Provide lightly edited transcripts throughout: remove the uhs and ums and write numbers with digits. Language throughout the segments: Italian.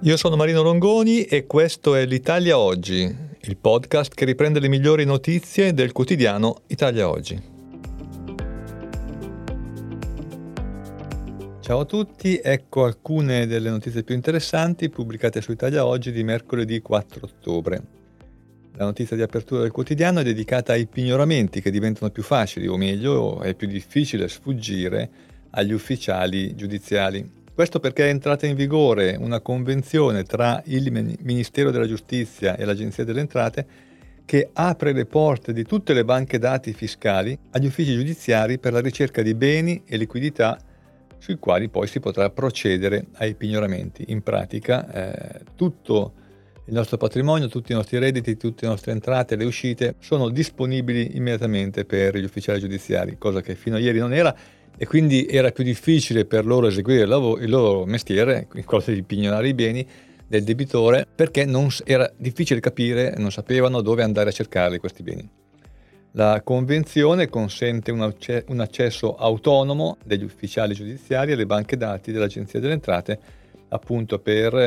Io sono Marino Longoni e questo è l'Italia Oggi, il podcast che riprende le migliori notizie del quotidiano Italia Oggi. Ciao a tutti, ecco alcune delle notizie più interessanti pubblicate su Italia Oggi di mercoledì 4 ottobre. La notizia di apertura del quotidiano è dedicata ai pignoramenti che diventano più facili, o meglio, è più difficile sfuggire agli ufficiali giudiziali. Questo perché è entrata in vigore una convenzione tra il Ministero della Giustizia e l'Agenzia delle Entrate che apre le porte di tutte le banche dati fiscali agli uffici giudiziari per la ricerca di beni e liquidità sui quali poi si potrà procedere ai pignoramenti. In pratica tutto il nostro patrimonio, tutti i nostri redditi, tutte le nostre entrate e le uscite sono disponibili immediatamente per gli ufficiali giudiziari, cosa che fino a ieri non era. E quindi era più difficile per loro eseguire il loro mestiere, quello di pignorare i beni del debitore, perché era difficile capire, non sapevano dove andare a cercarli questi beni. La convenzione consente un accesso autonomo degli ufficiali giudiziari alle banche dati dell'Agenzia delle Entrate, appunto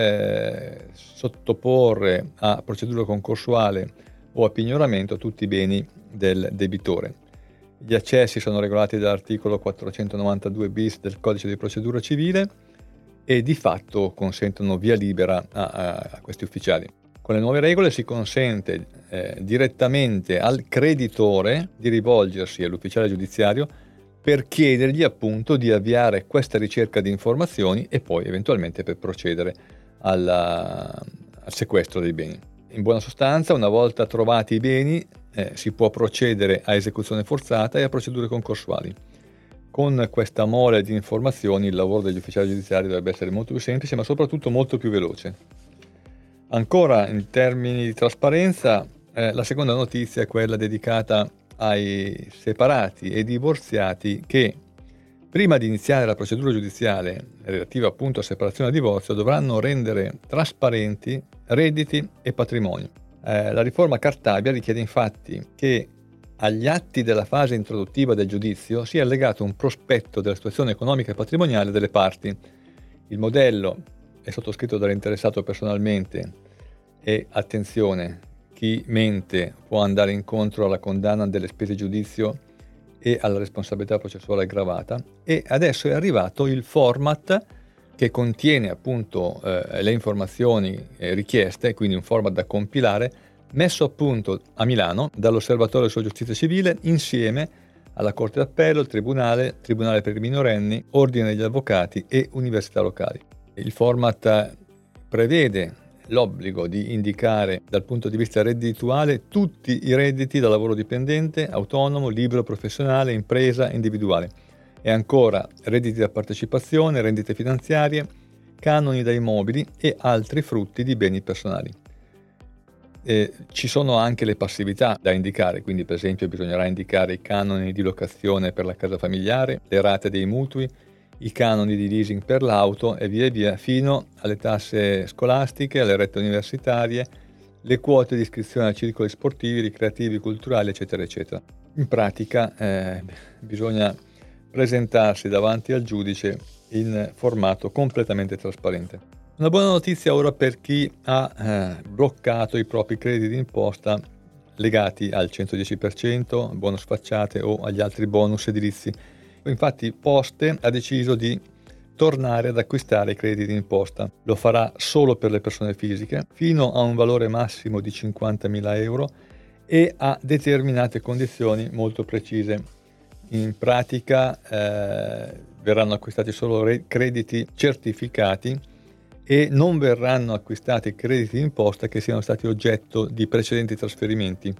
per sottoporre a procedura concorsuale o a pignoramento tutti i beni del debitore. Gli accessi sono regolati dall'articolo 492 bis del Codice di Procedura Civile e di fatto consentono via libera a questi ufficiali. Con le nuove regole si consente direttamente al creditore di rivolgersi all'ufficiale giudiziario per chiedergli appunto di avviare questa ricerca di informazioni e poi eventualmente per procedere al sequestro dei beni. In buona sostanza, una volta trovati i beni, si può procedere a esecuzione forzata e a procedure concorsuali. Con questa mole di informazioni il lavoro degli ufficiali giudiziari dovrebbe essere molto più semplice, ma soprattutto molto più veloce. Ancora in termini di trasparenza, la seconda notizia è quella dedicata ai separati e divorziati che, prima di iniziare la procedura giudiziale relativa appunto a separazione e divorzio, dovranno rendere trasparenti redditi e patrimonio. La riforma Cartabia richiede infatti che agli atti della fase introduttiva del giudizio sia allegato un prospetto della situazione economica e patrimoniale delle parti. Il modello è sottoscritto dall'interessato personalmente e, attenzione, chi mente può andare incontro alla condanna delle spese di giudizio e alla responsabilità processuale aggravata, e adesso è arrivato il format che contiene appunto le informazioni richieste, quindi un format da compilare, messo a punto a Milano dall'Osservatorio sulla Giustizia Civile insieme alla Corte d'Appello, il Tribunale per i minorenni, Ordine degli Avvocati e università locali. Il format prevede l'obbligo di indicare dal punto di vista reddituale tutti i redditi da lavoro dipendente, autonomo, libero, professionale, impresa, individuale. E ancora redditi da partecipazione, rendite finanziarie, canoni da immobili e altri frutti di beni personali. Ci sono anche le passività da indicare, quindi per esempio bisognerà indicare i canoni di locazione per la casa familiare, le rate dei mutui, i canoni di leasing per l'auto e via fino alle tasse scolastiche, alle rette universitarie, le quote di iscrizione a circoli sportivi, ricreativi, culturali, eccetera, eccetera. In pratica bisogna presentarsi davanti al giudice in formato completamente trasparente. Una buona notizia ora per chi ha bloccato i propri crediti d'imposta legati al 110%, bonus facciate o agli altri bonus edilizi. Infatti Poste ha deciso di tornare ad acquistare i crediti d'imposta. Lo farà solo per le persone fisiche, fino a un valore massimo di 50.000 euro e a determinate condizioni molto precise. In pratica verranno acquistati solo crediti certificati e non verranno acquistati crediti d'imposta che siano stati oggetto di precedenti trasferimenti,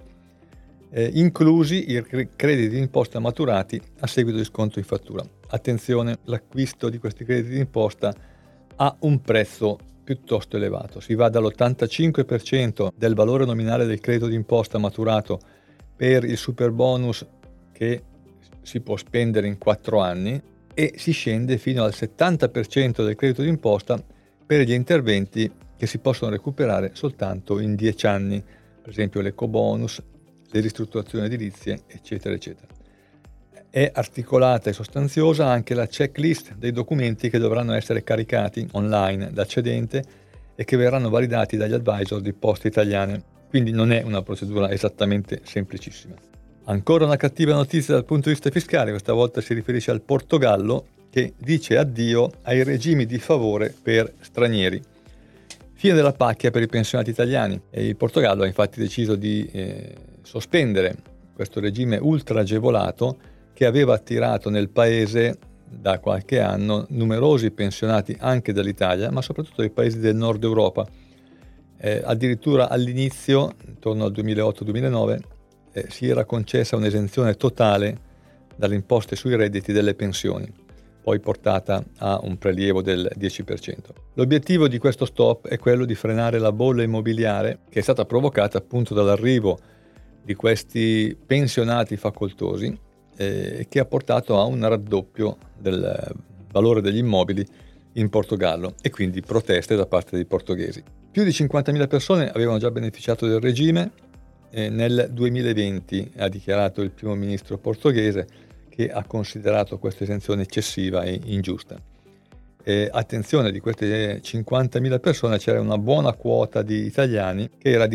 inclusi i crediti d'imposta maturati a seguito di sconto in fattura. Attenzione, l'acquisto di questi crediti d'imposta ha un prezzo piuttosto elevato. Si va dall'85% del valore nominale del credito d'imposta maturato per il superbonus che si può spendere in 4 anni e si scende fino al 70% del credito d'imposta per gli interventi che si possono recuperare soltanto in 10 anni, per esempio l'ecobonus, le ristrutturazioni edilizie, eccetera, eccetera. È articolata e sostanziosa anche la checklist dei documenti che dovranno essere caricati online dal cedente e che verranno validati dagli advisor di Poste Italiane. Quindi non è una procedura esattamente semplicissima. Ancora una cattiva notizia dal punto di vista fiscale, questa volta si riferisce al Portogallo, che dice addio ai regimi di favore per stranieri. Fine della pacchia per i pensionati italiani, e il Portogallo ha infatti deciso di sospendere questo regime ultra agevolato che aveva attirato nel paese da qualche anno numerosi pensionati anche dall'Italia, ma soprattutto dai paesi del nord Europa. Addirittura all'inizio, intorno al 2008-2009, si era concessa un'esenzione totale dalle imposte sui redditi delle pensioni, poi portata a un prelievo del 10%. L'obiettivo di questo stop è quello di frenare la bolla immobiliare che è stata provocata appunto dall'arrivo di questi pensionati facoltosi, che ha portato a un raddoppio del valore degli immobili in Portogallo e quindi proteste da parte dei portoghesi. Più di 50.000 persone avevano già beneficiato del regime. Nel 2020 ha dichiarato il primo ministro portoghese che ha considerato questa esenzione eccessiva e ingiusta. Attenzione, di queste 50.000 persone c'era una buona quota di italiani che era di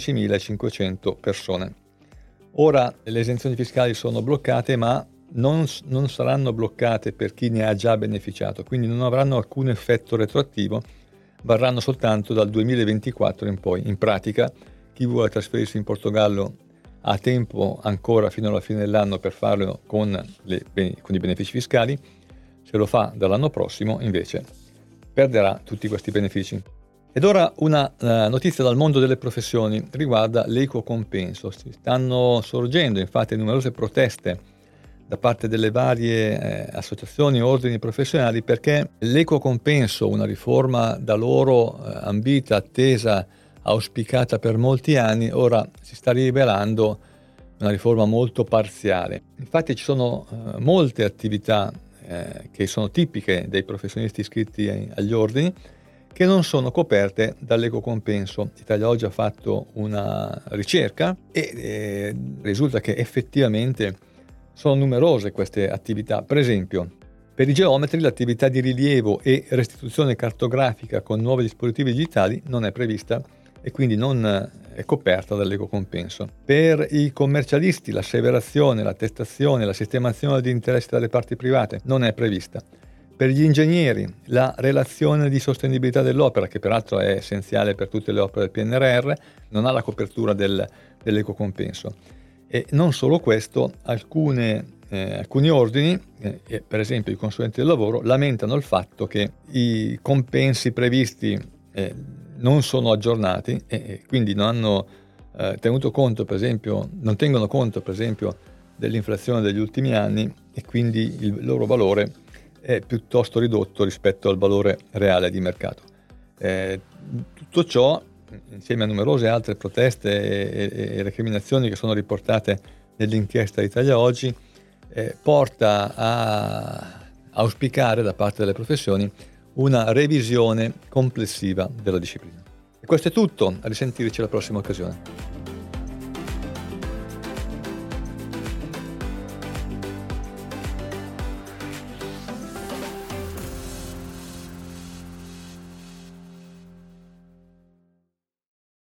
13.500 persone. Ora le esenzioni fiscali sono bloccate, ma non saranno bloccate per chi ne ha già beneficiato, quindi non avranno alcun effetto retroattivo, varranno soltanto dal 2024 in poi. In pratica, chi vuole trasferirsi in Portogallo ha tempo ancora fino alla fine dell'anno per farlo con i benefici fiscali. Se lo fa dall'anno prossimo, invece, perderà tutti questi benefici. Ed ora una notizia dal mondo delle professioni riguarda l'equo compenso. Si stanno sorgendo infatti numerose proteste da parte delle varie associazioni e ordini professionali perché l'equo compenso, una riforma da loro ambita, attesa, auspicata per molti anni, ora si sta rivelando una riforma molto parziale. Infatti ci sono molte attività che sono tipiche dei professionisti iscritti agli ordini che non sono coperte dall'equo compenso. Italia Oggi ha fatto una ricerca e risulta che effettivamente sono numerose queste attività. Per esempio, per i geometri l'attività di rilievo e restituzione cartografica con nuovi dispositivi digitali non è prevista e quindi non è coperta dall'equo compenso. Per i commercialisti l'asseverazione, l'attestazione, la sistemazione di interessi dalle parti private non è prevista. Per gli ingegneri la relazione di sostenibilità dell'opera, che peraltro è essenziale per tutte le opere del PNRR, non ha la copertura dell'equo compenso. E non solo questo, alcuni ordini, per esempio i consulenti del lavoro, lamentano il fatto che i compensi previsti non sono aggiornati e quindi non hanno tenuto conto, non tengono conto, per esempio, dell'inflazione degli ultimi anni e quindi il loro valore è piuttosto ridotto rispetto al valore reale di mercato. Tutto ciò, insieme a numerose altre proteste e recriminazioni che sono riportate nell'inchiesta Italia Oggi, porta a auspicare da parte delle professioni una revisione complessiva della disciplina. E questo è tutto, a risentirci alla prossima occasione.